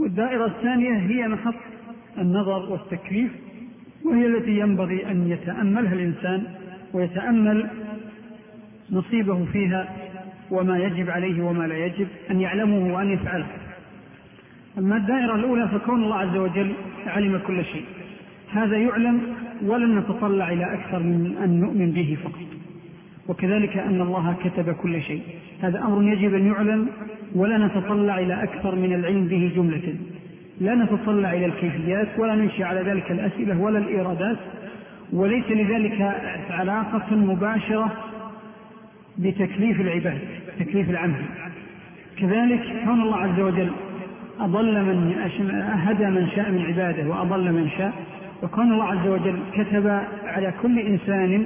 والدائرة الثانية هي محط النظر والتكليف، وهي التي ينبغي أن يتأملها الإنسان ويتأمل نصيبه فيها وما يجب عليه وما لا يجب أن يعلمه وأن يفعله. أما الدائرة الأولى فكون الله عز وجل علم كل شيء، هذا يعلم ولن نتطلع إلى أكثر من أن نؤمن به فقط. وكذلك أن الله كتب كل شيء، هذا أمر يجب أن يعلم ولا نتطلع إلى أكثر من العلم به جملة، لا نتطلع إلى الكيفيات ولا ننشئ على ذلك الأسئلة ولا الإيرادات، وليس لذلك علاقة مباشرة بتكليف العباد، تكليف العمل. كذلك كون الله عز وجل هدى من شاء من عباده وأضل من شاء، وكون الله عز وجل كتب على كل إنسان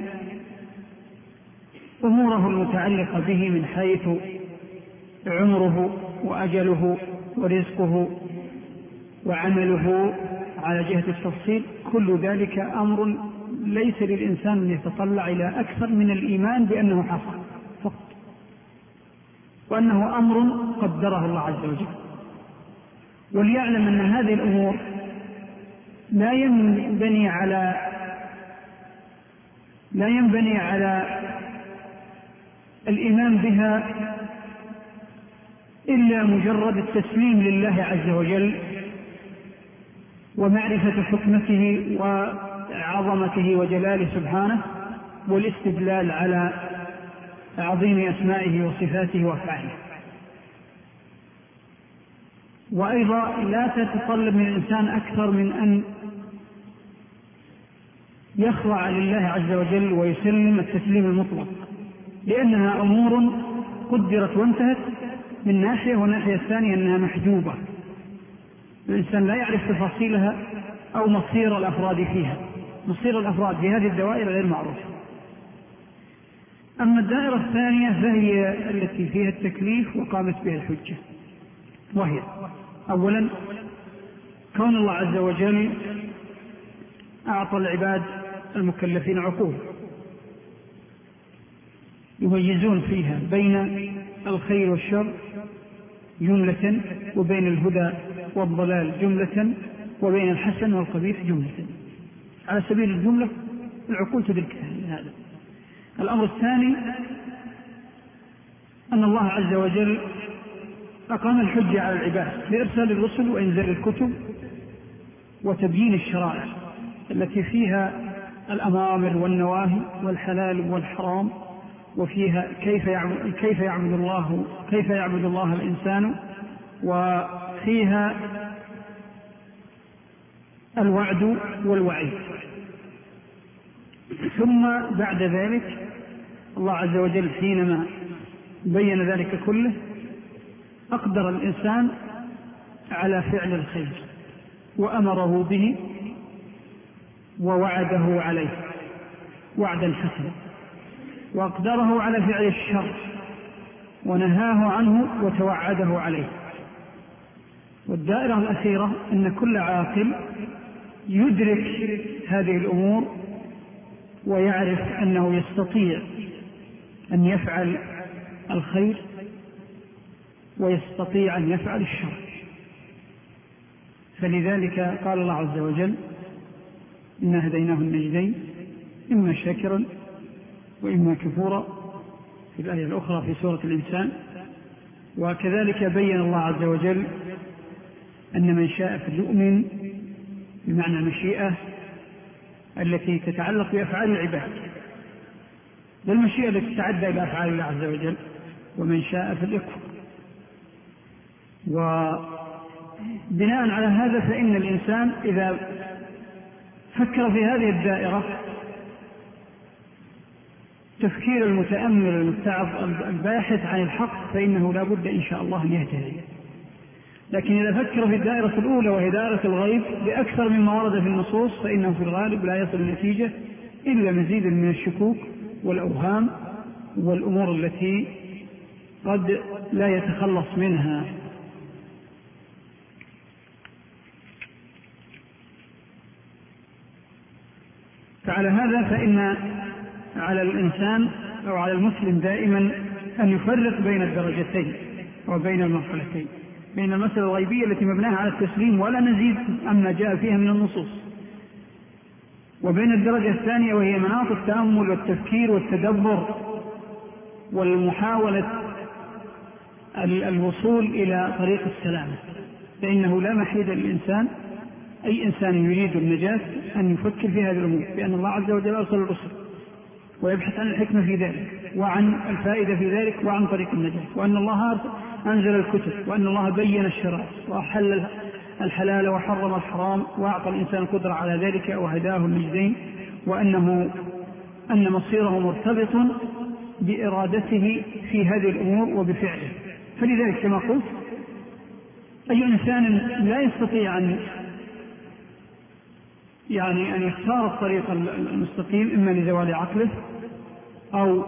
أموره المتعلقة به من حيث عمره وأجله ورزقه وعمله على جهة التفصيل، كل ذلك أمر ليس للإنسان أن يتطلع إلى أكثر من الإيمان بأنه حصل فقط، وأنه أمر قدره الله عز وجل. وليعلم أن هذه الأمور لا ينبني على الإيمان بها إلا مجرد التسليم لله عز وجل ومعرفة حكمته وعظمته وجلاله سبحانه، والاستدلال على عظيم أسمائه وصفاته وأفعاله. وأيضا لا تتطلب من الإنسان أكثر من أن يخضع لله عز وجل ويسلم التسليم المطلق، لأنها أمور قدرت وانتهت من ناحية، والناحية الثانية أنها محجوبة، الإنسان لا يعرف تفاصيلها أو مصير الأفراد فيها، مصير الأفراد في هذه الدوائر غير معروف. أما الدائرة الثانية فهي التي فيها التكليف وقامت بها الحجة، وهي أولا كون الله عز وجل أعطى العباد المكلفين عقول يميزون فيها بين الخير والشر جملة، وبين الهدى والضلال جملة، وبين الحسن والقبيح جملة. على سبيل الجملة العقول تدرك هذا. الأمر الثاني أن الله عز وجل أقام الحجة على العباد بإرسال الرسل وإنزال الكتب وتبيين الشرائع التي فيها الأمامر والنواهي والحلال والحرام، وفيها كيف يعبد الله الإنسان، وفيها الوعد والوعيد. ثم بعد ذلك الله عز وجل حينما بين ذلك كله أقدر الإنسان على فعل الخير وأمره به ووعده عليه وعدا حسنا، وأقدره على فعل الشر ونهاه عنه وتوعده عليه. والدائرة الأخيرة أن كل عاقل يدرك هذه الأمور ويعرف أنه يستطيع أن يفعل الخير ويستطيع أن يفعل الشر. فلذلك قال الله عز وجل إنا هديناه النجدين إما شاكرا وإما كفورا في الآية الأخرى في سورة الإنسان. وكذلك بين الله عز وجل أن من شاء فليؤمن بمعنى المشيئة التي تتعلق بأفعال العباد، والمشيئة التي تتعدى إلى أفعال الله عز وجل، ومن شاء فليكفر. وبناء على هذا فإن الإنسان إذا فكر في هذه الدائرة تفكير المتأمل المتعظ الباحث عن الحق فإنه لا بد إن شاء الله أن يهتدي. لكن إذا فكر في الدائرة الأولى وهي دائرة الغيب بأكثر مما ورد في النصوص فإنه في الغالب لا يصل النتيجة إلا مزيد من الشكوك والأوهام والأمور التي قد لا يتخلص منها. فعلى هذا فإن على الإنسان أو على المسلم دائما أن يفرق بين الدرجتين وبين المرحلتين، بين المسألة الغيبية التي مبناها على التسليم ولا نزيد عما جاء فيها من النصوص، وبين الدرجة الثانية وهي مناط التأمل والتفكير والتدبر والمحاولة الوصول إلى طريق السلامة. فإنه لا محيد للإنسان، أي إنسان يريد النجاة، أن يفكر في هذه الأمور، بأن الله عز وجل أرسل الرسل ويبحث عن الحكمة في ذلك وعن الفائدة في ذلك وعن طريق النجاة، وأن الله أنزل الكتب، وأن الله بين الشرائع وأحل الحلال وحرم الحرام وأعطى الإنسان القدرة على ذلك وهداه النجدين، أن مصيره مرتبط بإرادته في هذه الأمور وبفعله. فلذلك كما قلت أي إنسان لا يستطيع أن يختار الطريق المستقيم، إما لزوال عقله أو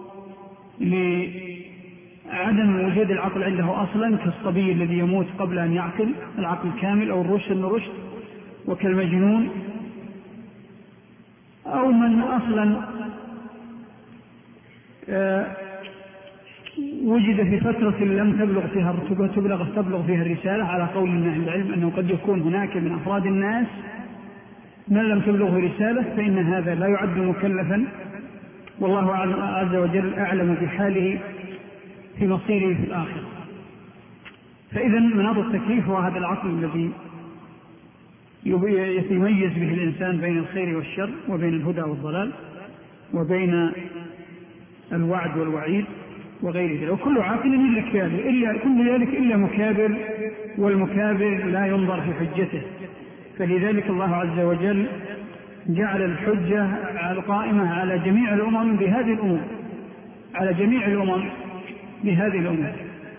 لعدم وجود العقل عنده أصلا، كالصبي الذي يموت قبل أن يعقل العقل كامل، أو الرشد وكالمجنون، أو من أصلا وجد في فترة لم تبلغ فيها الرتبة تبلغ فيها الرسالة، على قول من أهل العلم أنه قد يكون هناك من أفراد الناس من لم تبلغه رسالة، فإن هذا لا يعد مكلفا، والله عز وجل أعلم بحاله في مصيره في الآخرة. فإذا مناط التكليف هو هذا العقل الذي يتميز به الإنسان بين الخير والشر، وبين الهدى والضلال، وبين الوعد والوعيد وغير ذلك. وكل عاقل يدرك كل ذلك إلا مكابر، والمكابر لا ينظر في حجته. فلذلك الله عز وجل جعل الحجة القائمة على جميع الأمم بهذه الأمور، على جميع الأمم بهذه الأمور،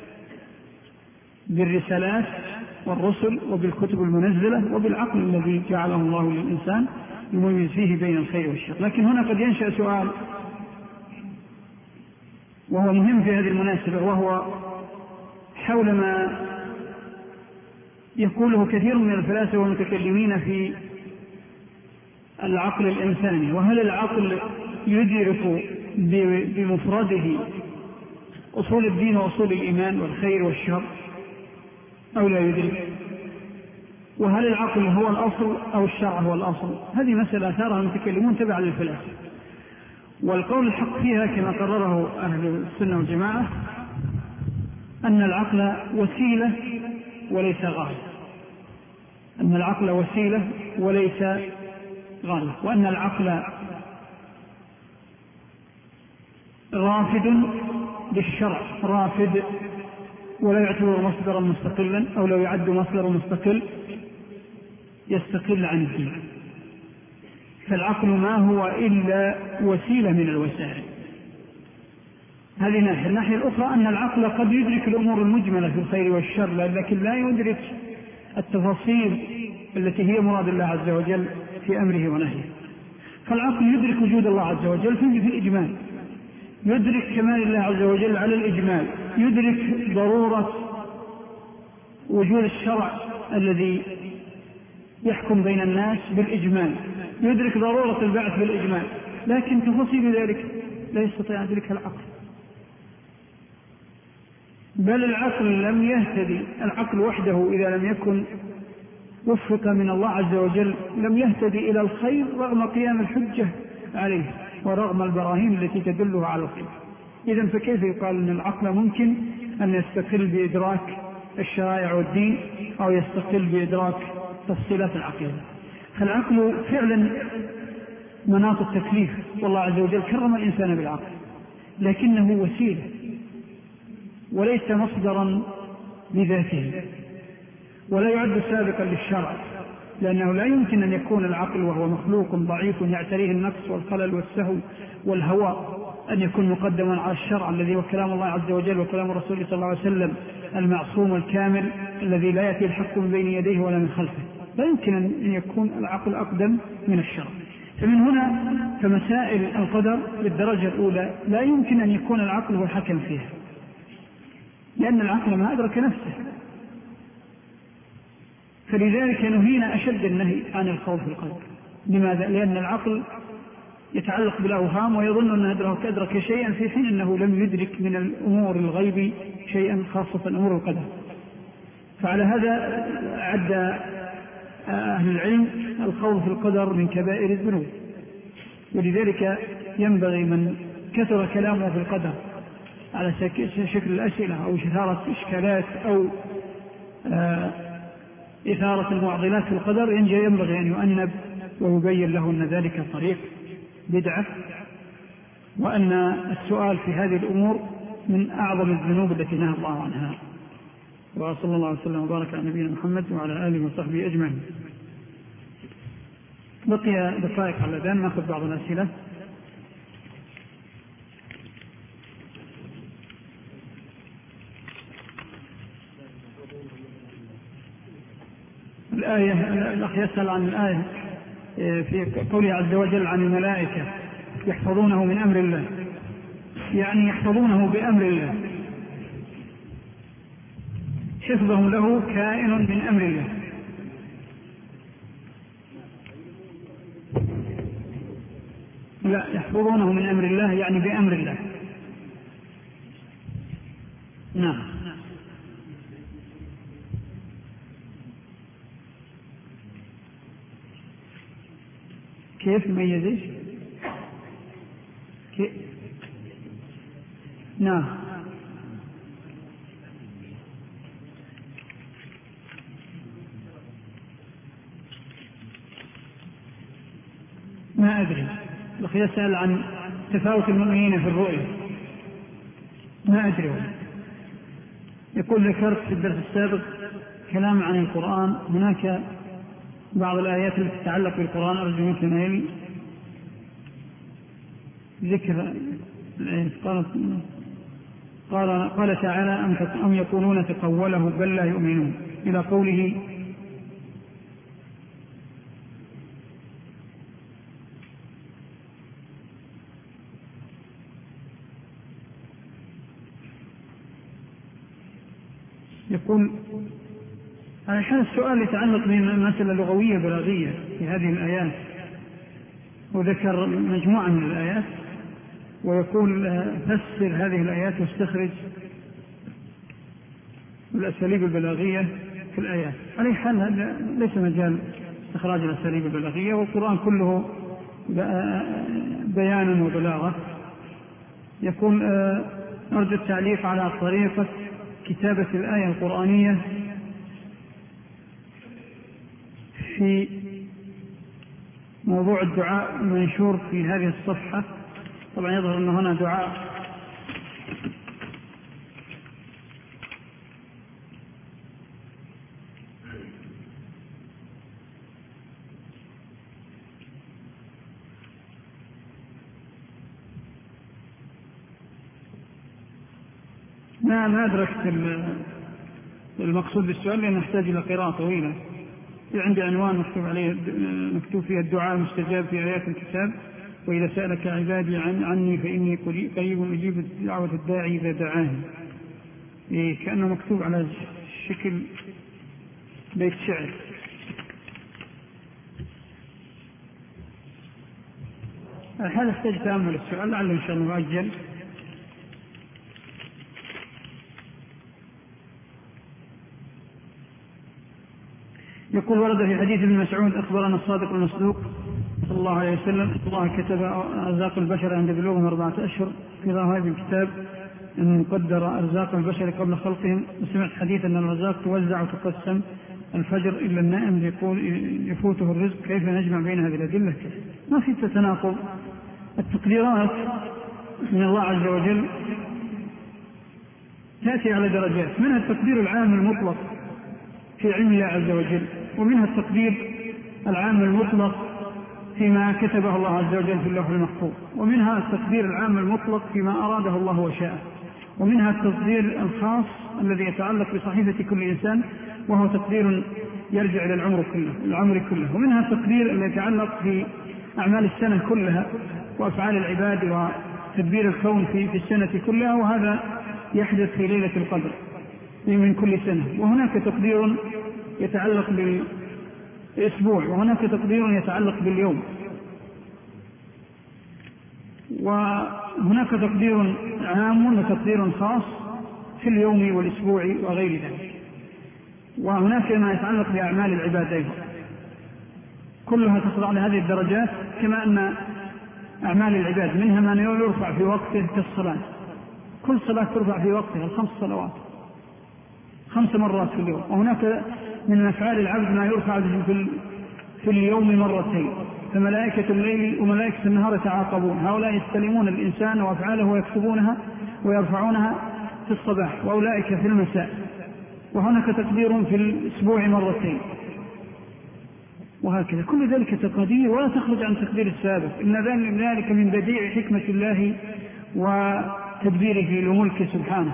بالرسالات والرسل وبالكتب المنزلة وبالعقل الذي جعله الله للإنسان يميز فيه بين الخير والشر. لكن هنا قد ينشأ سؤال وهو مهم في هذه المناسبة، وهو حول ما يقوله كثير من الفلاسفة والمتكلمين في العقل الإنساني، وهل العقل يدرك بمفرده أصول الدين وأصول الإيمان والخير والشر أو لا يدرك؟ وهل العقل هو الأصل أو الشرع هو الأصل؟ هذه مسألة أثارها المتكلمون تبعا للفلاسفة، والقول الحق فيها كما قرره أهل السنة والجماعة أن العقل وسيلة وليس غاية، أن العقل وسيلة وليس غاية، وأن العقل رافد للشرع، رافد ولا يعتبر مصدرا مستقلا، أو لو يعد مصدر مستقل يستقل عن الدين. فالعقل ما هو إلا وسيلة من الوسائل. هذه ناحية. الناحية الأخرى أن العقل قد يدرك الأمور المجملة في الخير والشر، لكن لا يدرك التفاصيل التي هي مراد الله عز وجل في أمره ونهيه. فالعقل يدرك وجود الله عز وجل في الإجمال، يدرك كمال الله عز وجل على الإجمال، يدرك ضرورة وجود الشرع الذي يحكم بين الناس بالإجمال، يدرك ضرورة البعث بالإجمال، لكن تفاصيل ذلك لا يستطيع أن يدركها العقل. بل العقل لم يهتدي، العقل وحده إذا لم يكن وفق من الله عز وجل لم يهتدي إلى الخير رغم قيام الحجة عليه ورغم البراهين التي تدلها على الخير. إذن فكيف يقال أن العقل ممكن أن يستقل بإدراك الشرائع والدين أو يستقل بإدراك تفصيلات العقيدة؟ فالعقل فعلا مناط التكليف، والله عز وجل كرم الإنسان بالعقل، لكنه وسيلة وليس مصدرا لذاته، ولا يعد سابقا للشرع، لأنه لا يمكن أن يكون العقل وهو مخلوق ضعيف يعتريه النقص والخلل والسهو والهوى أن يكون مقدما على الشرع الذي هو كلام الله عز وجل وكلام الرسول صلى الله عليه وسلم المعصوم الكامل الذي لا يأتي الحق من بين يديه ولا من خلفه. لا يمكن أن يكون العقل أقدم من الشرع. فمن هنا فمسائل القدر بالدرجة الأولى لا يمكن أن يكون العقل هو الحكم فيها، لأن العقل ما أدرك نفسه. فلذلك نهينا أشد النهي عن الخوف في القدر. لماذا؟ لأن العقل يتعلق بالأوهام ويظن أنه أدرك شيئا في حين أنه لم يدرك من الأمور الغيب شيئا، خاصة أمور القدر. فعلى هذا عد أهل العلم الخوض في القدر من كبائر الذنوب، ولذلك ينبغي من كثر كلامه في القدر على شكل الأسئلة أو إثارة إشكالات أو إثارة المعضلات في القدر ينبغي أن يؤنب ويبين له أن ذلك طريق بدعة، وأن السؤال في هذه الأمور من أعظم الذنوب التي نهى الله عنها. وصلى الله وسلم وبارك على نبينا محمد وعلى آله وصحبه أجمعين. بقي دقائق على الأذان، نأخذ بعض الأسئلة. الآية، الأخ يسأل عن الآية في قوله عز وجل عن الملائكة يحفظونه من أمر الله، يعني يحفظونه بأمر الله، حفظهم له كائن من أمر الله. لا، يحفظونه من أمر الله يعني بأمر الله. نعم. كيف يميز ايش؟ نعم. ما أدري، الأخ يسأل عن تفاوت المؤمنين في الرؤية، ما أدري. يقول ذكرت في الدرس السابق كلام عن القرآن، هناك بعض الآيات التي تتعلق بالقرآن أرجو مثل ما يلي ذكر الآيات. قال تعالى أم يقولون تقوله بل لا يؤمنون، إلى قوله يقول على حال السؤال يتعلق بمسألة لغوية بلاغية في هذه الآيات، وذكر مجموعة من الآيات ويقول فسر هذه الآيات واستخرج الأساليب البلاغية في الآيات. على حال هذا ليس مجال استخراج الأساليب البلاغية، والقرآن كله بيان وبلاغة. يقول أرجو التعليق على طريقة كتابة الآية القرآنية في موضوع الدعاء المنشور في هذه الصفحة. طبعا يظهر أن هنا دعاء ما أدركت المقصود بالسؤال، لأنه يحتاج إلى قراءة طويلة. عندي عنوان مكتوب فيها الدعاء المستجاب في آيات الكتاب، وإذا سألك عبادي عني فإني قريب أجيب دعوة الداعي إذا دعاني. كأنه مكتوب على شكل بيت شعر. هذا يحتاج تأمل السؤال، لعله إن شاء الله مؤجل. يقول ورد في حديث ابن مسعود أخبرنا الصادق المصدوق صلى الله عليه وسلم الله كتب أرزاق البشر عند بلوغهم 4 أشهر في ظاهر هذا الكتاب أن قدر أرزاق البشر قبل خلقهم. وسمعت حديث أن الأرزاق توزع وتقسم الفجر إلا النائم يقول يفوته الرزق. كيف نجمع بين هذه الأدلة؟ ما في تناقض. التقديرات من الله عز وجل تأتي على درجات، منها التقدير العام المطلق في علم الله عز وجل، ومنها التقدير العام المطلق فيما كتبه الله عز وجل في اللوح المحفوظ، ومنها التقدير العام المطلق فيما أراده الله وشاءه، ومنها التقدير الخاص الذي يتعلق بصحيفة كل إنسان وهو تقدير يرجع إلى العمر كله، ومنها التقدير الذي يتعلق بأعمال السنة كلها وأفعال العباد وتدبير الكون في السنة كلها، وهذا يحدث في ليلة القدر من كل سنة. وهناك تقدير يتعلق بالأسبوع، وهناك تقدير يتعلق باليوم، وهناك تقدير عام وتقدير خاص في اليوم والأسبوع وغير ذلك. وهناك ما يتعلق بأعمال العباد أيضا كلها تخضع لهذه الدرجات، كما أن أعمال العباد منها ما يرفع في وقته كالصلاة، كل صلاة ترفع في وقتها، 5 صلوات 5 مرات في اليوم. وهناك من أفعال العبد ما يرفع في اليوم 2 مرتين، فملائكة الليل وملائكة النهار يتعاقبون، هؤلاء يستلمون الإنسان وأفعاله ويكتبونها ويرفعونها في الصباح، وأولئك في المساء. وهناك تقدير في الأسبوع 2 مرتين، وهكذا. كل ذلك تقدير ولا تخرج عن تقدير السابق. إن ذلك من بديع حكمة الله وتدبيره لملكه سبحانه،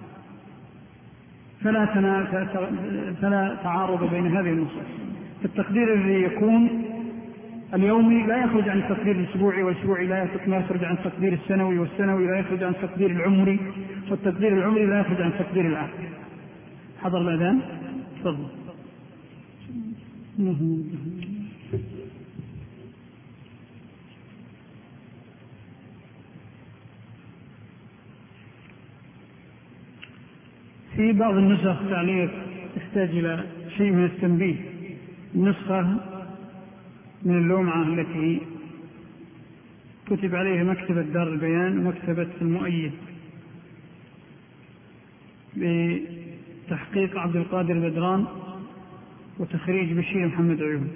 فلا تعارض بين هذه النصوص. التقدير الذي يكون اليومي لا يخرج عن التقدير الأسبوعي، والأسبوعي لا يخرج عن التقدير السنوي، والسنوي لا يخرج عن التقدير العمري، والتقدير العمري لا يخرج عن التقدير العام. حضر الأذان، تفضل. في بعض النسخ تعليق يحتاج إلى شيء من التنبيه. النسخة من اللومعة التي كتب عليها مكتبة دار البيان ومكتبة المؤيد بتحقيق عبد القادر بدران وتخريج بشير محمد عيون،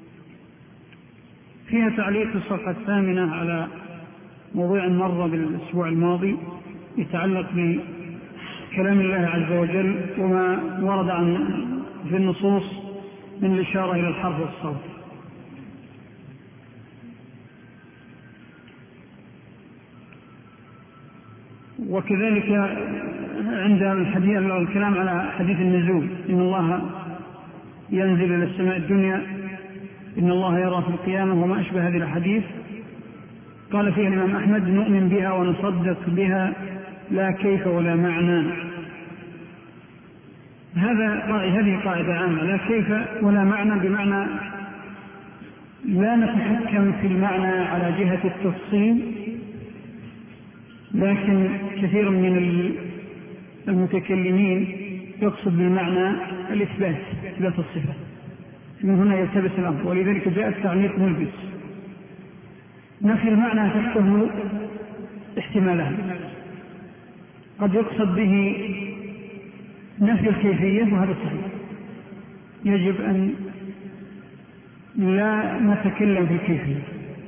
فيها تعليق في الصفحة 8 على موضوع مر بالأسبوع الماضي يتعلق بكلام الله عز وجل وما ورد في النصوص من الإشارة إلى الحرف والصوت. وكذلك عند الكلام على حديث النزول، إن الله ينزل إلى السماء الدنيا، إن الله يرى في القيامة وما أشبه هذه الحديث، قال فيها الإمام أحمد: نؤمن بها ونصدق بها لا كيف ولا معنى. هذه قاعدة عامة، لا كيف ولا معنى، بمعنى لا نتحكم في المعنى على جهة التفصيل، لكن كثير من المتكلمين يقصد بالمعنى الإثبات، إثبات الصفة، من هنا يلتبس الأمر، ولذلك جاء التعليق ملبس. نفي المعنى تحته احتمالان، قد يقصد به نفي الكيفية وهذا صحيح، يجب أن لا نتكلم في الكيفية.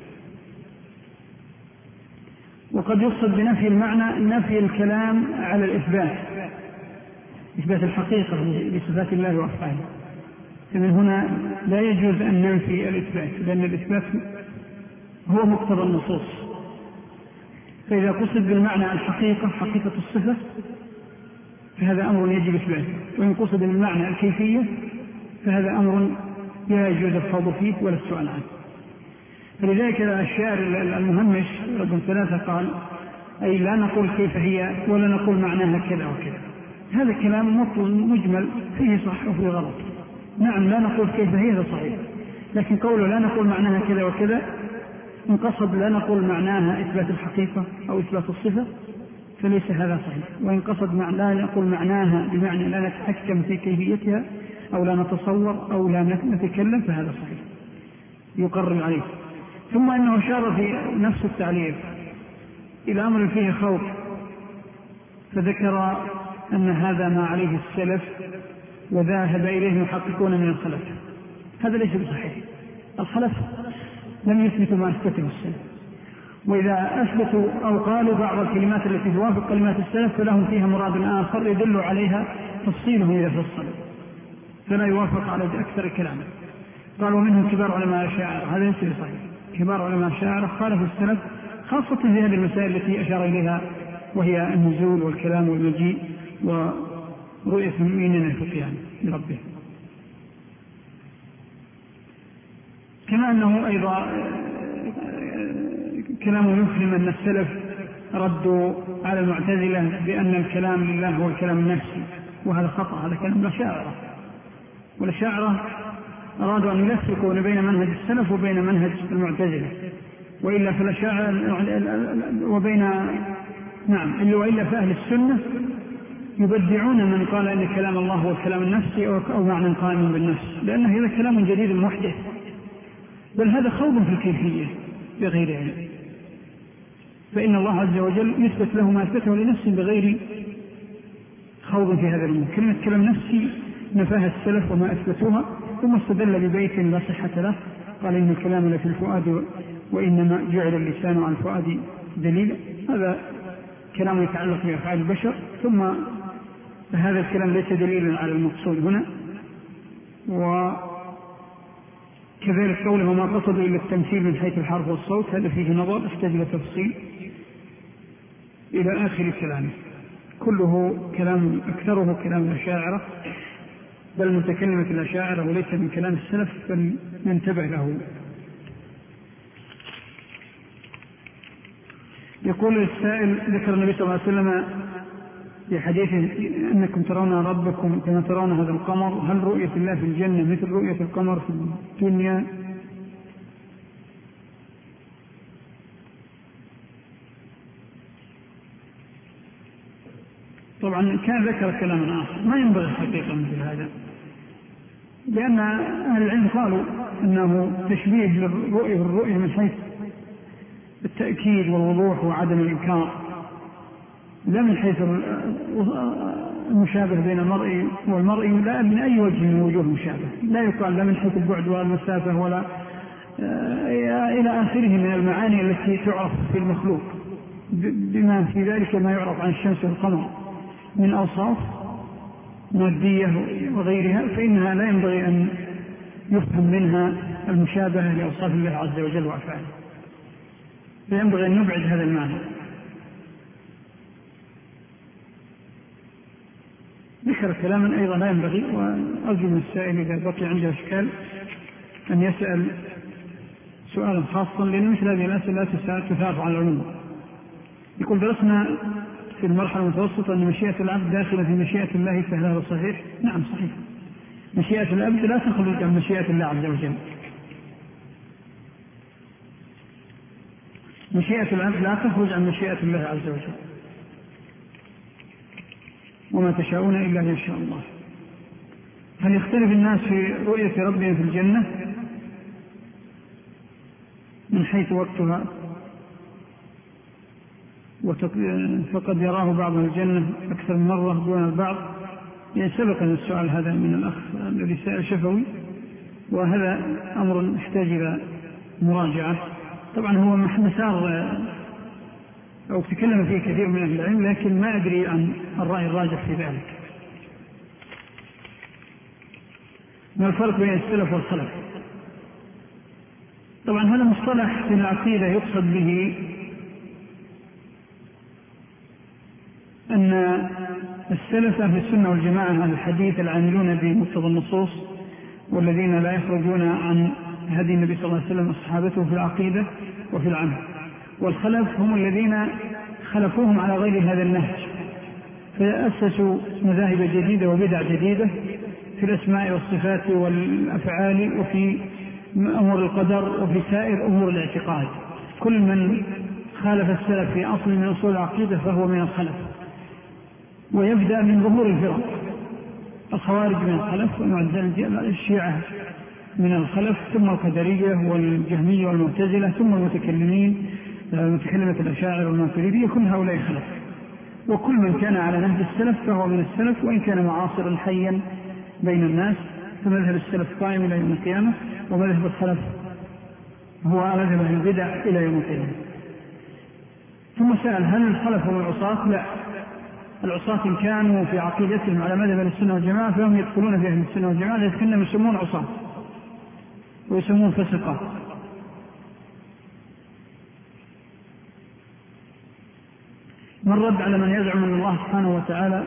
وقد يقصد بنفي المعنى نفي الكلام على الإثبات، إثبات الحقيقة لصفات الله وأفعاله. فمن هنا لا يجوز أن ننفي الإثبات، لأن الإثبات هو مقتضى النصوص. فإذا قصد بالمعنى الحقيقة، حقيقة الصفة، فهذا أمر يجب إثباته، وإن قصد بالمعنى الكيفية فهذا أمر لا يجوز الخوض فيه ولا السؤال عنه. فلذلك الشاعر المهمش رقم 3 قال: أي لا نقول كيف هي ولا نقول معناها كذا وكذا. هذا كلام مجمل، فيه صح وفيه غلط. نعم، لا نقول كيف هي، هذا صحيح، لكن قوله لا نقول معناها كذا وكذا، إن قصد لا نقول معناها إثبات الحقيقة أو إثبات الصفة فليس هذا صحيح. وإن قصد لا نقول معناها بمعنى لا نتحكم في كيفيتها أو لا نتصور أو لا نتكلم فهذا صحيح يقرر عليه. ثم أنه أشار في نفس التعليق إلى أمر فيه خوف، فذكر أن هذا ما عليه السلف وذهب إليه محققون من الخلف. هذا ليس بصحيح. الخلف لم يثبتوا ما أثبته السلف، وإذا أثبتوا أو قالوا بعض الكلمات التي توافق كلمات السلف فلهم فيها مراد آخر يدل عليها تفصيله إذا فصل، فلا يوافق على أكثر الكلام. قالوا منهم كبار علماء الشاعر، هذا ليس بصحيح. كبار علماء الشاعر خالفوا السلف خاصة في هذه المسائل التي أشار إليها، وهي النزول والكلام والمجيء ورؤية المؤمنين في القيامة لربهم. كما أنه أيضا كلام يفهم أن السلف ردوا على المعتزلة بأن الكلام لله هو الكلام النفسي، وهذا خطأ، هذا كلام الأشاعرة. والأشاعرة أرادوا أن يفرقوا بين منهج السلف وبين منهج المعتزلة، وإلا فالأشاعرة وإلا فأهل السنة يبدعون من قال إن كلام الله هو الكلام النفسي أو معنى قائم بالنفس، لأن هذا كلام جديد محدث، بل هذا خوض في الكيفية بغير علم. فإن الله عز وجل يثبت له ما أثبته لنفسه بغير خوض في هذا الأمر. كلمة كلام نفسي نفاها السلف وما أثبتوها، ثم استدل ببيت لا صحة له، قال إن الكلام لفي الفؤاد وإنما جعل اللسان عن الفؤاد دليل. هذا كلام يتعلق بأفعال البشر، ثم هذا الكلام ليس دليلا على المقصود هنا. وكذلك قوله ما قصدوا إلا التمثيل من حيث الحرف والصوت، هذا فيه نظر احتاج إلى تفصيل إلى آخر كلامه، كله كلام أكثره كلام الأشاعرة، بل متكلمة الأشاعرة وليس من كلام السلف، فلننتبه له. يقول السائل: ذكر النبي صلى الله عليه وسلم في حديث أنكم ترون ربكم كما ترون هذا القمر، هل رؤية الله في الجنة مثل رؤية القمر في الدنيا؟ طبعا كان ذكر كلاما آخر ما ينبغي حقيقة مثل هذا، لأن أهل العلم قالوا أنه تشبيه للرؤية من حيث التأكيد والوضوح وعدم الإنكار، لا من حيث المشابه بين المرء والمرء، لا من أي وجه من وجوه المشابه، لا يقال لا من حيث البعد والمسافة ولا إلى آخره من المعاني التي تعرف في المخلوق، بما في ذلك ما يعرف عن الشمس والقمر من أوصاف مادية وغيرها، فإنها لا ينبغي أن يفهم منها المشابهة لأوصاف الله عز وجل وأفعاله، فينبغي أن نبعد هذا المعنى. ذكر كلاما أيضا لا ينبغي، وأرجو من السائل إذا بقي عنده إشكال أن يسأل سؤالا خاصا، لأن مثل هذه الأسئلة تثار على العموم. يقول: درسنا في المرحلة المتوسطة أن مشيئة العبد داخلة في مشيئة الله، فهل هذا صحيح؟ نعم صحيح، مشيئة العبد لا تخرج عن مشيئة الله عز وجل، مشيئة العبد لا تخرج عن مشيئة الله عز وجل، وما تشاءون إلا إن شاء الله. هل يختلف الناس في رؤية ربهم في الجنة من حيث وقتها؟ فقد يراه بعض الجنة أكثر من مرة دون البعض. يعني سبقنا السؤال هذا من الأخ الذي سأل شفوي، وهذا أمر يحتاج إلى مراجعة. طبعا هو مسار أو تكلم فيه كثير من أهل العلم، لكن ما أدري عن الرأي الراجح في ذلك. ما الفرق بين السلف والخلف؟ طبعا هذا مصطلح في العقيدة يقصد به أن السلف في السنة والجماعة الحديث العاملون بمقتضى النصوص، والذين لا يخرجون عن هدي النبي صلى الله عليه وسلم وصحابته في العقيدة وفي العمل. والخلف هم الذين خلفوهم على غير هذا النهج، فأسسوا مذاهب جديدة وبدع جديدة في الأسماء والصفات والأفعال وفي أمور القدر وفي سائر أمور الاعتقاد. كل من خالف السلف في أصل من أصول العقيدة فهو من الخلف. ويبدأ من ظهور الفرق: الخوارج من الخلف، والشيعة من الخلف، ثم القدرية والجهمية والمعتزلة، ثم المتكلمين متكلمة الأشاعرة والماتريدية، كل هؤلاء خلف. وكل من كان على نهج السلف فهو من السلف، وإن كان معاصرا حيا بين الناس، فمذهب السلف قائم إلى يوم القيامة، ومذهب الخلف هو مذهب البدع إلى يوم القيامة. ثم سأل: هل الخلف هم العصاة؟ لا، العصاة إن كانوا في عقيدتهم على مذهب السنة والجماعة فهم يدخلون في أهل السنة والجماعة، لكنهم يسمون عصاة ويسمون فسقة. من رد على من يزعم أن الله سبحانه وتعالى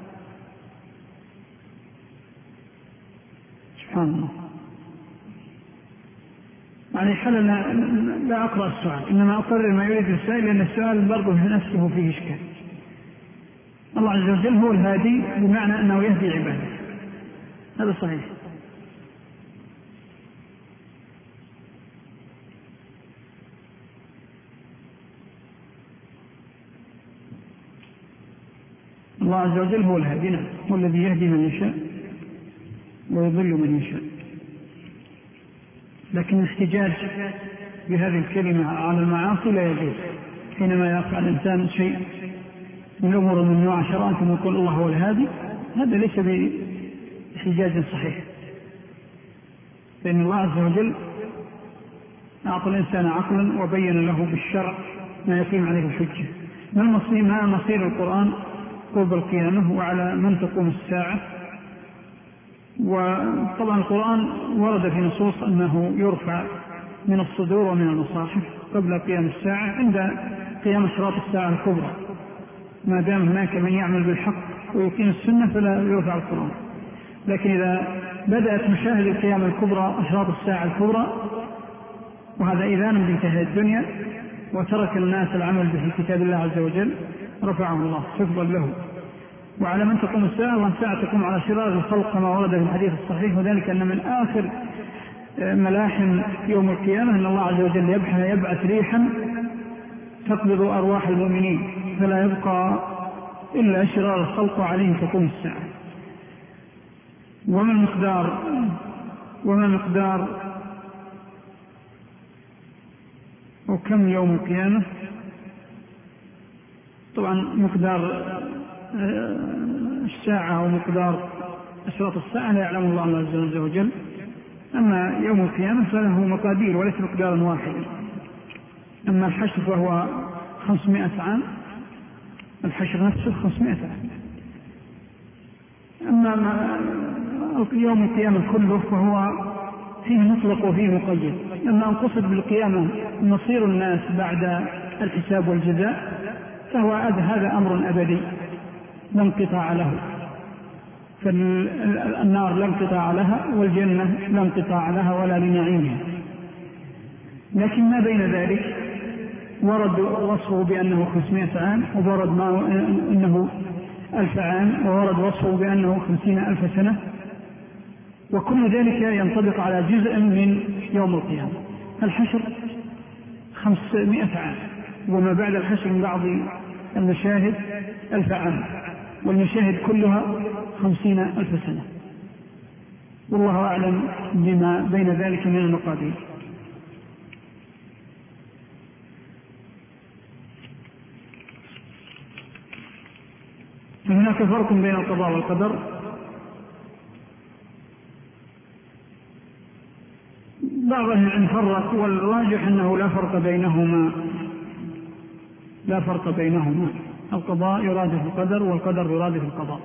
سبحان الله. يعني حل لا أقرأ السؤال، إنما أقرر ما يريد السائل، لأن السؤال برضه نفسه فيه إشكال. الله عز وجل هو الهادي، بمعنى أنه يهدي عباده، هذا صحيح. الله عز وجل هو الهادي، هو الذي يهدي من يشاء ويضل من يشاء. لكن الاحتجاج بهذه الكلمة على المعاصي لا يجوز. حينما يفعل الإنسان شيء من الأمور الممنوعة شرعا ثم يقول الله هو الهادي، هذا ليس باحتجاج صحيح، لأن الله عز وجل أعطى الإنسان عقلا وبين له بالشرع ما يقيم عليه الحجة. ما مصير القرآن قرب القيامة وعلى من تقوم الساعة. وطبعا القرآن ورد في نصوص أنه يرفع من الصدور ومن المصاحف قبل قيام الساعة عند قيام أشراط الساعة الكبرى، ما دام هناك من يعمل بالحق ويقيم السنة فلا يرفع القرآن. لكن إذا بدأت مشاهد القيامة الكبرى أشراط الساعة الكبرى، وهذا إذان بانتهاء الدنيا وترك الناس العمل به كتاب الله عز وجل، رفعه الله حفظا له. وعلى من تقوم الساعة، وأن الساعة تقوم على شرار الخلق كما ورد في الحديث الصحيح، وذلك أن من آخر ملاحم يوم القيامة أن الله عز وجل يبعث ريحا تقبض أرواح المؤمنين فلا يبقى إلا شرار الخلق وعليه تقوم الساعة. وما مقدار وكم يوم القيامة؟ طبعا مقدار الساعة ومقدار أشراط الساعة لا يعلم الله عز وجل. أما يوم القيامة فله مقادير وليس مقدارا واحدا. أما الحشر فهو 500 عام، الحشر نفسه 500 عام. أما يوم القيامة كله فهو فيه مطلق وفيه مقيد. أما أنقصد بالقيامة مصير الناس بعد الحساب والجزاء فهو هذا أمر أبدي لا انقطاع له، فالنار لا انقطاع لها والجنة لا انقطاع لها ولا لنعيمها. لكن ما بين ذلك ورد وصفه بأنه 500 عام، وورد أنه 1000 عام، وورد وصفه بأنه 50,000 سنة، وكل ذلك ينطبق على جزء من يوم القيامة. الحشر 500 عام، وما بعد الحشر من بعض المشاهد 1000 عام، والمشاهد كلها 50,000 سنة. والله أعلم بما بين ذلك من المقادير. هناك فرق بين القضاء والقدر. بعض أهل العلم فرق، والراجح أنه لا فرق بينهما. القضاء يرادف القدر والقدر يرادف القضاء.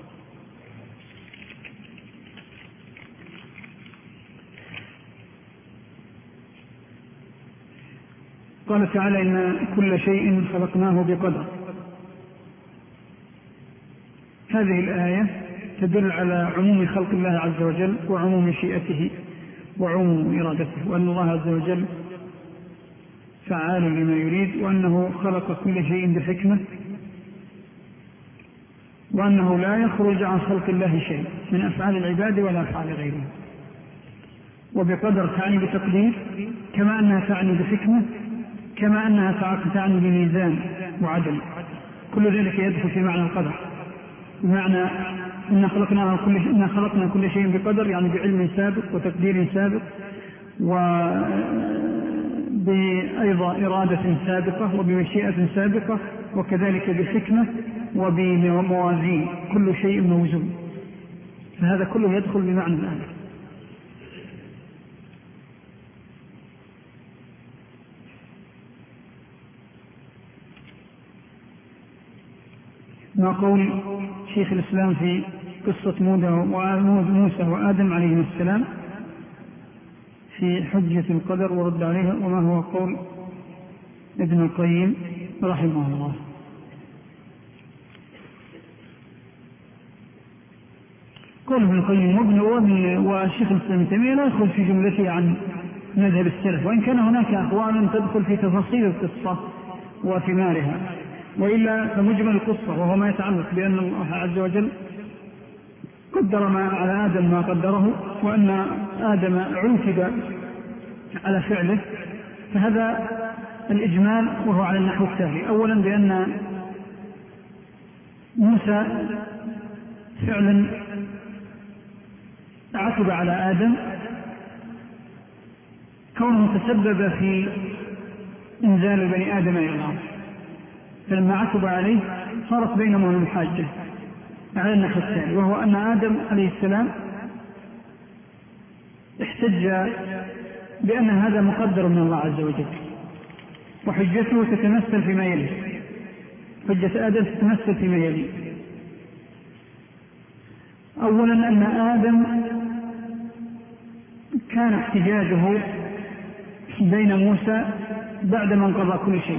قال تعالى إن كل شيء خلقناه بقدر. هذه الآية تدل على عموم خلق الله عز وجل وعموم مشيئته وعموم إرادته، وأن الله عز وجل فعال لما يريد، وأنه خلق كل شيء بحكمة، وأنه لا يخرج عن خلق الله شيء من أفعال العباد ولا أفعال غيرهم. وبقدر تعني بتقدير، كما أنها تعني بحكمة، كما أنها تعني بميزان وعدل. كل ذلك يدخل في معنى القدر، بمعنى إن خلقنا كل شيء بقدر، يعني بعلم سابق وتقدير سابق، وبأيضا إرادة سابقة وبمشيئة سابقة، وكذلك بحكمة وبموازين، كل شيء موزون. فهذا كله يدخل بمعنى الآية. ما قول شيخ الإسلام في قصة موسى وآدم عليهم السلام في حجة القدر ورد عليها، وما هو قول ابن القيم رحمه الله. قول ابن القيم وشيخ الإسلام تيمية لا يدخل في جملته عن مذهب السلف، وإن كان هناك أقوال تدخل في تفاصيل القصة وثمارها، وإلا فمجمل القصة وهو ما يتعلق بأن الله عز وجل قدر ما على آدم ما قدره، وأن آدم عوتب على فعله. فهذا الإجمال وهو على النحو التالي: أولا بأن موسى فعلا عتب على آدم كونه تسبب في إنزال بني آدم إلى الأرض، فلما عتب عليه صارت بينهما المحاجة على النحو الثاني، وهو أن آدم عليه السلام احتج بأن هذا مقدر من الله عز وجل، وحجته تتمثل فيما يلي، حجة آدم تتمثل فيما يلي. أولا أن آدم كان احتجاجه بين موسى بعد ما انقضى كل شيء،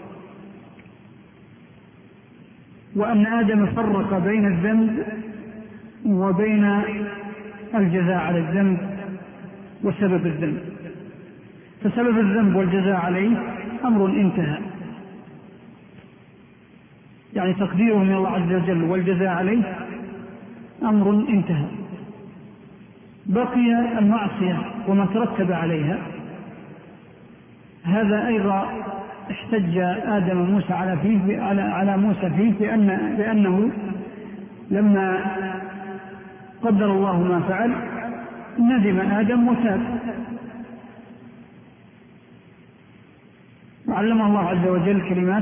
وأن آدم فرق بين الذنب وبين الجزاء على الذنب وسبب الذنب، فسبب الذنب والجزاء عليه أمر انتهى، يعني تقديره من الله عز وجل والجزاء عليه أمر انتهى. بقي المعصية وما ترتب عليها، هذا أيضا احتج آدم موسى على موسى فيه بأنه لما قدر الله ما فعل ندم آدم وتاب، وعلمه الله عز وجل كلمات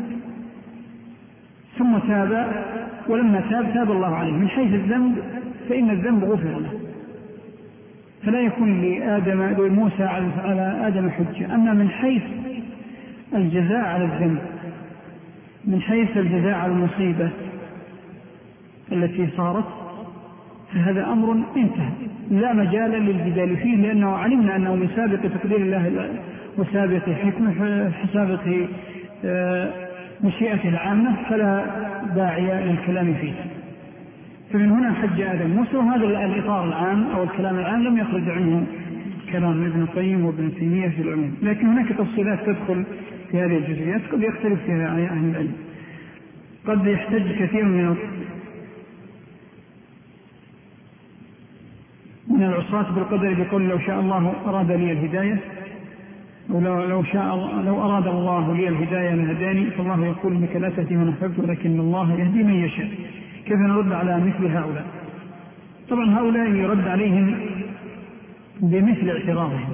ثم تاب، ولما تاب الله عليه. من حيث الذنب فإن الذنب غفر له، فلا يكون لموسى على آدم حجة. أما من حيث الجزاء على الذنب، من حيث الجزاء على المصيبة التي صارت، فهذا أمر انتهى لا مجال للجدال فيه، لأنه علمنا أنه من سابق تقدير الله وسابق حكمه سابق مشيئته العامة، فلا داعي للكلام فيه. فمن هنا حج آدم موسى، وهذا الإطار العام أو الكلام العام لم يخرج عنه كلام ابن القيم وابن تيمية في العموم، لكن هناك تفصيلات تدخل في هذه الجزئيات قد يختلف فيها عن أهل العلم. قد يحتج كثير من العصاة بالقدر بقول لو شاء الله أراد لي الهداية، أو لو أراد الله لي الهداية لهداني، فالله يقول إنك لا تهدي من أحببت ولكن الله يهدي من يشاء. كيف نرد على مثل هؤلاء؟ طبعا هؤلاء يرد عليهم بمثل اعتراضهم،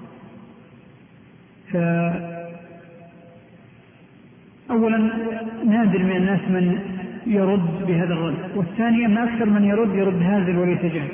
فأولا نادر من الناس من يرد بهذا الرد، والثاني أن أكثر من يرد هازل وليس جاهل،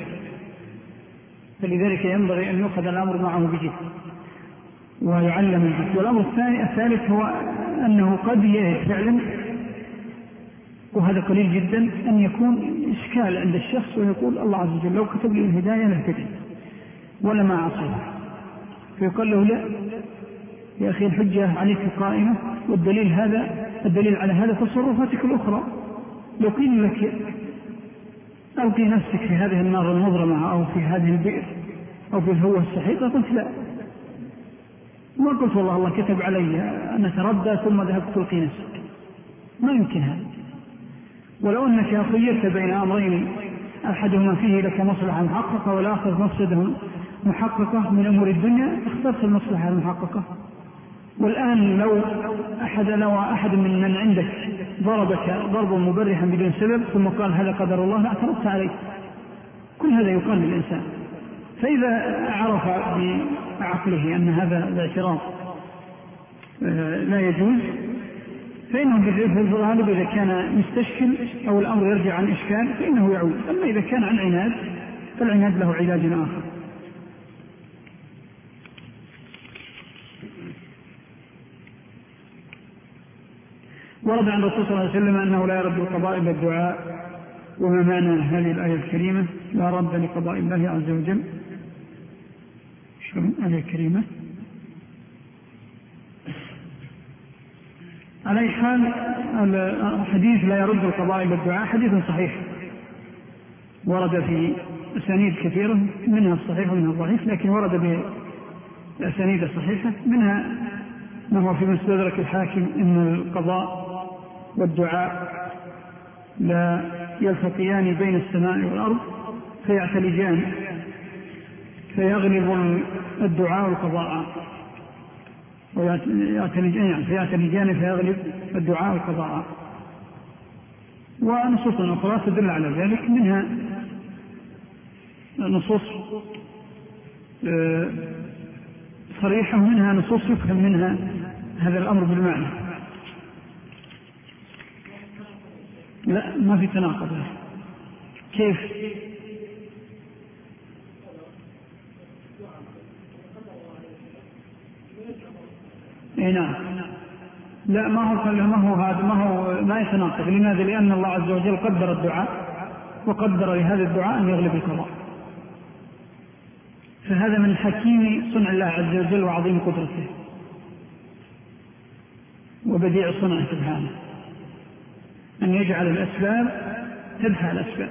فلذلك ينبغي أن يؤخذ الأمر معه بجد ويعلم الجد. والأمر الثالث هو أنه قد يهد فعلا، وهذا قليل جدا، أن يكون إشكال عند الشخص ويقول الله عز وجل لو كتب لي الهداية لاهتديت ولا ما عصيت، فيقال له لا يا أخي الحجة عليك قائمة، والدليل على هذا تصرفاتك الأخرى. لو قيل لك ألقي نفسك في هذه النار المظلمة أو في هذه البئر أو في الهوة السحيقة، قلت لا، ما قلت والله الله كتب علي أن أتردى ثم ذهبت تلقي نفسك، ما يمكن هذا. ولو أنك خيرت بين أمرين أحدهما فيه لك مصلحة محققة والآخر مفسدة محققة من أمور الدنيا، اخترت المصلحة المحققة. والآن لو أحد من عندك ضربك ضربا مبرحا بدون سبب ثم قال هذا قدر الله، لا اعترضت عليه. كل هذا يقال للإنسان، فإذا عرف بعقله أن هذا الاعتراض لا يجوز، فإنه في الغالب إذا كان مستشكل أو الأمر يرجع عن إشكال فإنه يعود. أما إذا كان عن عناد فالعناد له علاج آخر. ورد عن الرسول صلى الله عليه وسلم أنه لا يرد القضاء إلا الدعاء. وما معنى هذه الآية الكريمة لا رد لقضاء الله عز وجل؟ شو الآية الكريمة؟ على أي حال الحديث لا يرد القضاء إلا الدعاء حديث صحيح، ورد في أسانيد كثيرة منها الصحيح ومنها الضعيف، لكن ورد بأسانيد الصحيحة، منها ما هو في مستدرك الحاكم إن القضاء والدعاء لا يلتقيان بين السماء والأرض فيعتلجان، فيغلب الدعاء والقضاء، فيعتلجان فيغلب الدعاء والقضاء. ونصوص أخرى تدل على ذلك، منها نصوص صريحة ومنها نصوص يفهم منها هذا الأمر بالمعنى. لا، ما في تناقض. كيف؟ نعم. لا، ما يتناقض. لماذا؟ لأن الله عز وجل قدر الدعاء، وقدر لهذا الدعاء أن يغلب القضاء، فهذا من حكيم صنع الله عز وجل وعظيم قدرته وبديع صنعه سبحانه، أن يجعل الأسباب تدفع الأسباب.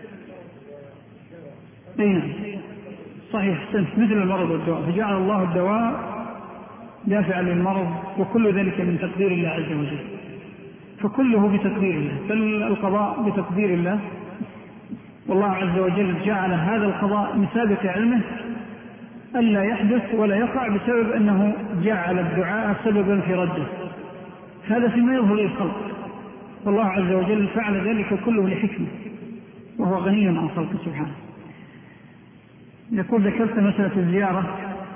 نعم صحيح، مثل المرض والدواء، فجعل الله الدواء دافعا للمرض، وكل ذلك من تقدير الله عز وجل، فكله بتقدير الله، فالقضاء بتقدير الله، والله عز وجل جعل هذا القضاء من سابق علمه ألا يحدث ولا يقع بسبب أنه جعل الدعاء سببا في رده، هذا فيما يظهر للخلق، والله عز وجل فعل ذلك كله لحكمة، وهو غني عن خلقه سبحانه. يقول ذكرت مسألة الزيارة،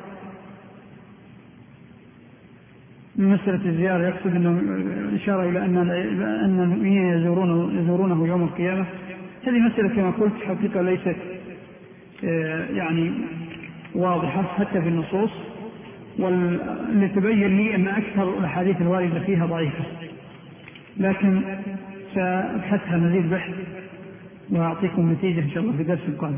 من مسألة الزيارة يقصد أنه إشارة إلى أن المؤمنين يزورونه يوم القيامة. هذه مسألة كما قلت حقيقة ليست يعني واضحة حتى في النصوص، واللي تبين لي أن أكثر الأحاديث الواردة فيها ضعيفة، لكن سأبحثها مزيد بحث وأعطيكم نتيجة إن شاء الله في درس القادم.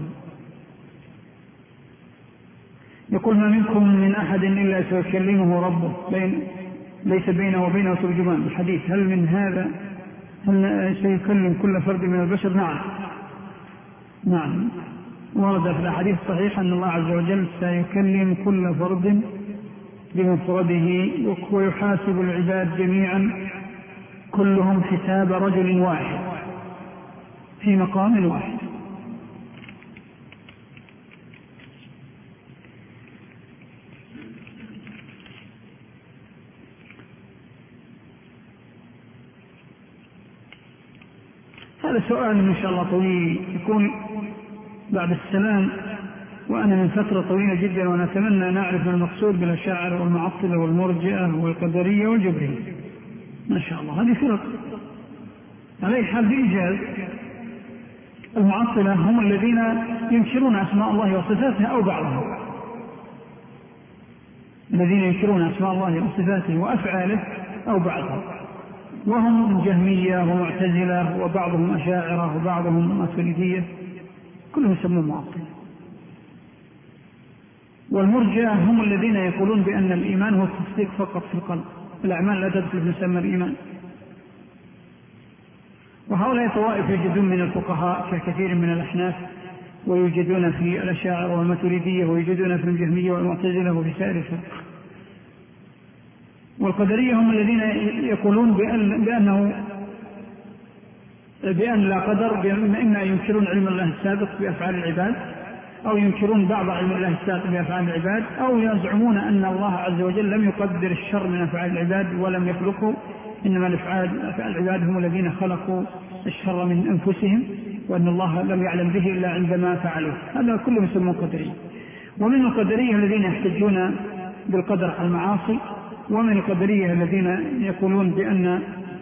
يقول ما منكم من أحد إلا سيكلمه ربه ليس بينه وبينه ترجمان. الحديث هل من هذا؟ هل سيكلم كل فرد من البشر؟ نعم ورد في الحديث الصحيح أن الله عز وجل سيكلم كل فرد بمفرده، ويحاسب العباد جميعا كلهم حساب رجل واحد في مقام واحد. هذا سؤال إن شاء الله طويل يكون بعد السلام، وأنا من فترة طويلة جدا ونتمنى نعرف ما المقصود بالأشاعرة والمعطلة والمرجئة والقدرية والجبرية. ما شاء الله هذه فرق. على أي حال بإيجاز، المعطلة هم الذين ينكرون أسماء الله وصفاته أو بعضها، الذين ينكرون أسماء الله وصفاته وأفعاله أو بعضها، وهم جهمية ومعتزلة وبعضهم أشاعرة وبعضهم ماتريدية، كلهم يسمون معطلة. والمرجئة هم الذين يقولون بأن الإيمان هو التصديق فقط في القلب، الأعمال لا تدخل في مسمى الإيمان. وهؤلاء طوائف يوجدون من الفقهاء ككثير من الأحناف، ويوجدون في الأشاعرة والماتريدية، ويوجدون في الجهمية والمعتزلة وفي سائر الفرق. والقدرية هم الذين يقولون بأن لا قدر، إما ينكرون علم الله السابق بأفعال العباد، أو ينكرون بعض علم الله السابق بأفعال العباد، أو يزعمون أن الله عز وجل لم يقدر الشر من أفعال العباد ولم يخلقه، إنما أفعال العباد هم الذين خلقوا الشر من أنفسهم، وأن الله لم يعلم به إلا عندما فعلوه. هذا كله يسمون قدرية. ومن القدرية الذين يحتجون بالقدر على المعاصي، ومن القدرية الذين يقولون بأن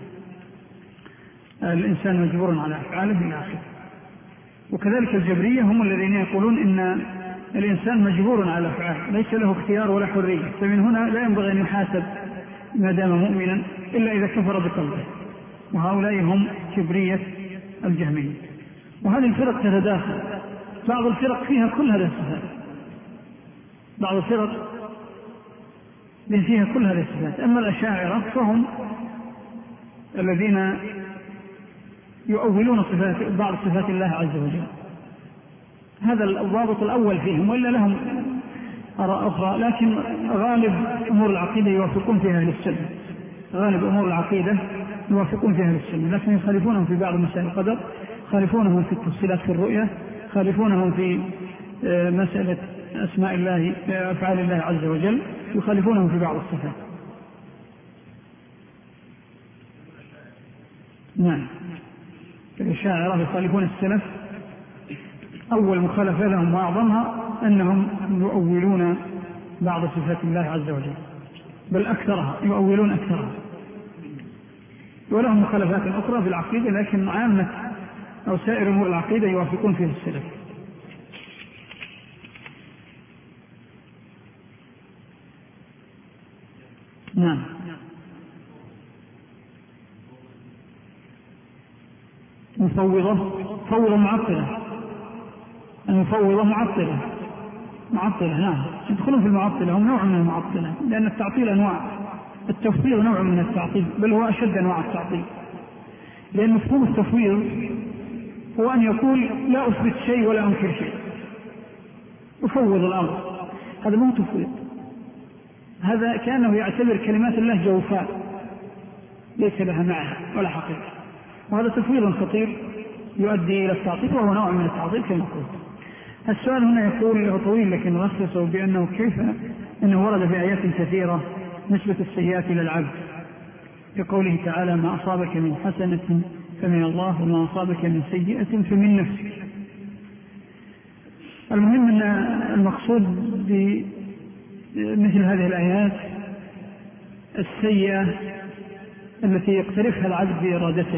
الإنسان مجبور على أفعاله إلى آخره. وكذلك الجبرية هم الذين يقولون إن الإنسان مجبور على الأفعال، ليس له اختيار ولا حرية، فمن هنا لا ينبغي أن يحاسب ما دام مؤمنا إلا إذا كفر بقلبه. وهؤلاء هم جبرية الجهمية. وهذه الفرق تتداخل، بعض الفرق فيها كل هذه الصفات، بعض الفرق فيها كل هذه الصفات. أما الأشاعرة فهم الذين يؤولون بعض صفات الله عز وجل، هذا الضابط الأول فيهم، وإلا لهم آراء أخرى، لكن غالب أمور العقيدة يوافقون فيها أهل السنة، غالب أمور العقيدة يوافقون فيها أهل السنة، لكن يخالفونهم في بعض مسائل القدر، يخالفونهم في التفصيلات في الرؤية، يخالفونهم في مسألة أسماء الله أفعال الله عز وجل، يخالفونهم في بعض الصفات. نعم. الأشاعرة يخالفون السلف أول مخالفة لهم وأعظمها أنهم يؤولون بعض صفات الله عز وجل، بل أكثرها يؤولون أكثرها، ولهم مخالفات أخرى في العقيدة، لكن عامة أو سائر أمور العقيدة يوافقون فيه السلف. نعم. مفوضة معطلة، المفوضة معطلة نعم، يدخلون في المعطلة، هم نوع من المعطلة، لأن التعطيل أنواع، التفويض نوع من التعطيل، بل هو أشد أنواع التعطيل، لأن مفهوم التفويض هو أن يقول لا أثبت شيء ولا أنكر شيء، أفوض الأمر، هذا مو تفويض، هذا كأنه يعتبر كلمات الله جوفاء ليس لها معنى ولا حقيقة، وهذا تفويض خطير يؤدي إلى التعطيل، وهو نوع من التعطيل كما قلت. السؤال هنا يقول له طويل لكن نلخصه بأنه كيف أنه ورد في آيات كثيرة نسبة السيئات إلى العبد، كقوله تعالى ما أصابك من حسنة فمن الله وما أصابك من سيئة فمن نفسك. المهم أن المقصود بمثل هذه الآيات السيئة التي يقترفها العبد بإرادته،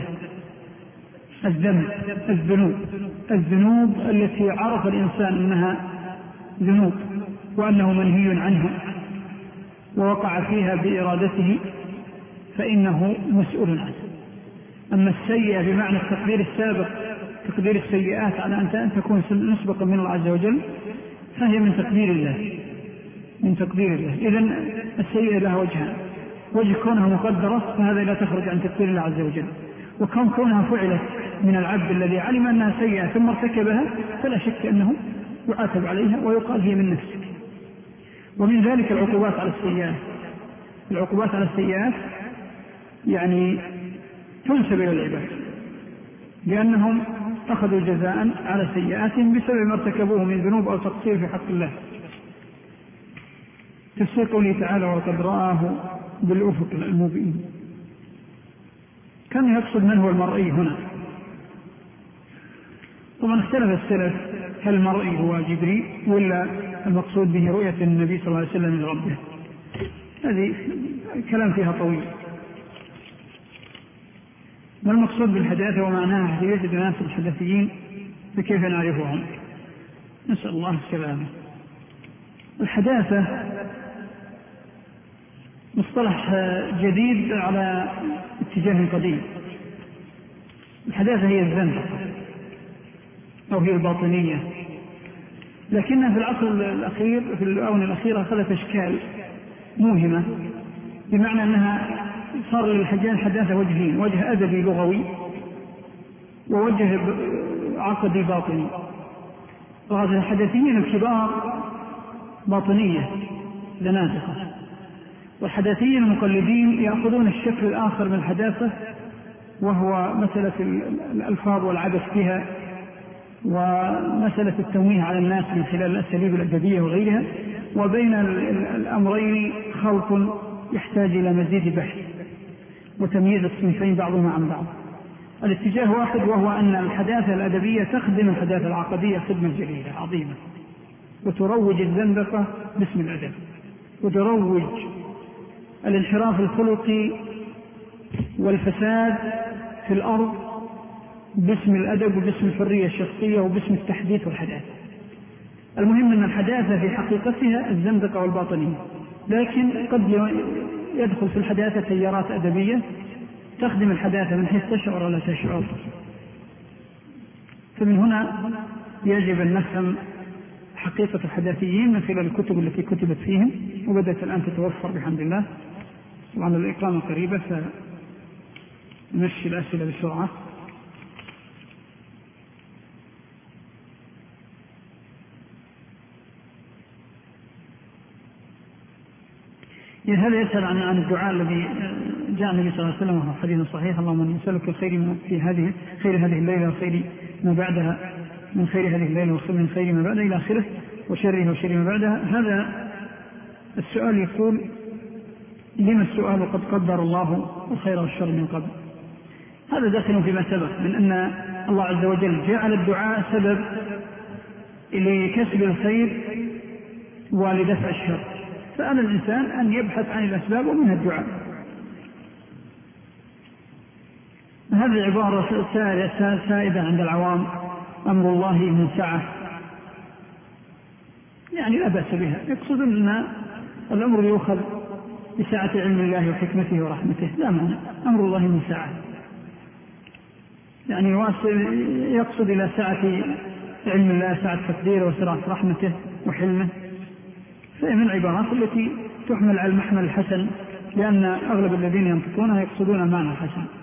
الذنوب التي عرف الإنسان أنها ذنوب وأنه منهي عنها ووقع فيها بإرادته فإنه مسؤول عنه. أما السيئة بمعنى التقدير السابق، تقدير السيئات على أن تكون مسبقا من الله عز وجل، فهي من تقدير الله. إذن السيئة لها وجهان، وجه كونها مقدرة فهذا لا تخرج عن تقدير الله عز وجل، وكونها فعلت من العبد الذي علم أنها سيئة ثم ارتكبها فلا شك أنه يعاتب عليها ويقال هي من نفسك. ومن ذلك العقوبات على السيئات يعني تنسب إلى العباد لأنهم أخذوا جزاء على سيئاتهم بسبب ما ارتكبوه من ذنوب أو تقصير في حق الله. تفسير قوله تعالى وقد رآه بالأفق المبين، كان يقصد من هو المرئي هنا. طبعا اختلف السلف هل المرئي هو جبريل ولا المقصود به رؤية النبي صلى الله عليه وسلم لربه، هذه كلام فيها طويل. ما المقصود بالحداثة ومعناها حديثة الناس الحداثيين فكيف نعرفهم؟ نسأل الله السلامة. الحداثة مصطلح جديد على اتجاه قديم. الحداثة هي الزندقة أو هي الباطنية، لكنها في العصر الأخير في الآونة الأخيرة أخذت أشكال موهمة، بمعنى أنها صار للحداثة وجهين، وجه أدبي لغوي ووجه عقدي باطني. وهذا الحداثيين الكبار باطنية زنادقة، والحداثيين المقلدين يأخذون الشكل الآخر من الحداثة وهو مسألة الألفاظ والعبث بها ومسألة التمويه على الناس من خلال الأساليب الأدبية وغيرها، وبين الأمرين خلط يحتاج إلى مزيد بحث وتمييز الصنفين بعضهما عن بعض. الاتجاه واحد، وهو أن الحداثة الأدبية تخدم الحداثة العقدية خدمة جليلة عظيمة، وتروج الزندقة باسم الأدب، وتروج الانحراف الخلقي والفساد في الأرض باسم الأدب وباسم الحرية الشخصية وباسم التحديث والحداثة. المهم أن الحداثة في حقيقتها الزندقة والباطنية، لكن قد يدخل في الحداثة تيارات أدبية تخدم الحداثة من حيث تشعر ولا تشعر. فمن هنا يجب أن نفهم حقيقة الحداثيين من خلال الكتب التي كتبت فيهم، وبدأت الآن تتوفر بحمد الله. طبعا الإقامة قريبة فنمشي الأسئلة بسرعة. هذا يسأل عن الدعاء الذي جاء النبي صلى الله عليه وسلم وهو حديث صحيح: اللهم إني أسألك الخير في خير هذه الليلة وخير ما بعدها، من خير هذه الليلة ومن خير ما بعدها إلى آخره، وشره وشر ما بعدها. هذا السؤال يقول: لما السؤال وقد قدر الله الخير والشر من قبل؟ هذا داخل فيما سبق من أن الله عز وجل جعل الدعاء سبب لكسب الخير ولدفع الشر، فعلى الإنسان أن يبحث عن الأسباب ومنها الدعاء. هذه العبارة سائدة عند العوام، أمر الله من سعة، يعني لا بأس بها، يقصدون أن الأمر يؤخذ بسعة علم الله وحكمته ورحمته، لا معنى أمر الله من سعة، يعني يقصد إلى سعة علم الله، سعة تقديره وسعة رحمته وحلمه. فهي من العبارات التي تحمل على المحمل الحسن، لأن أغلب الذين ينطقونها يقصدون المعنى الحسن.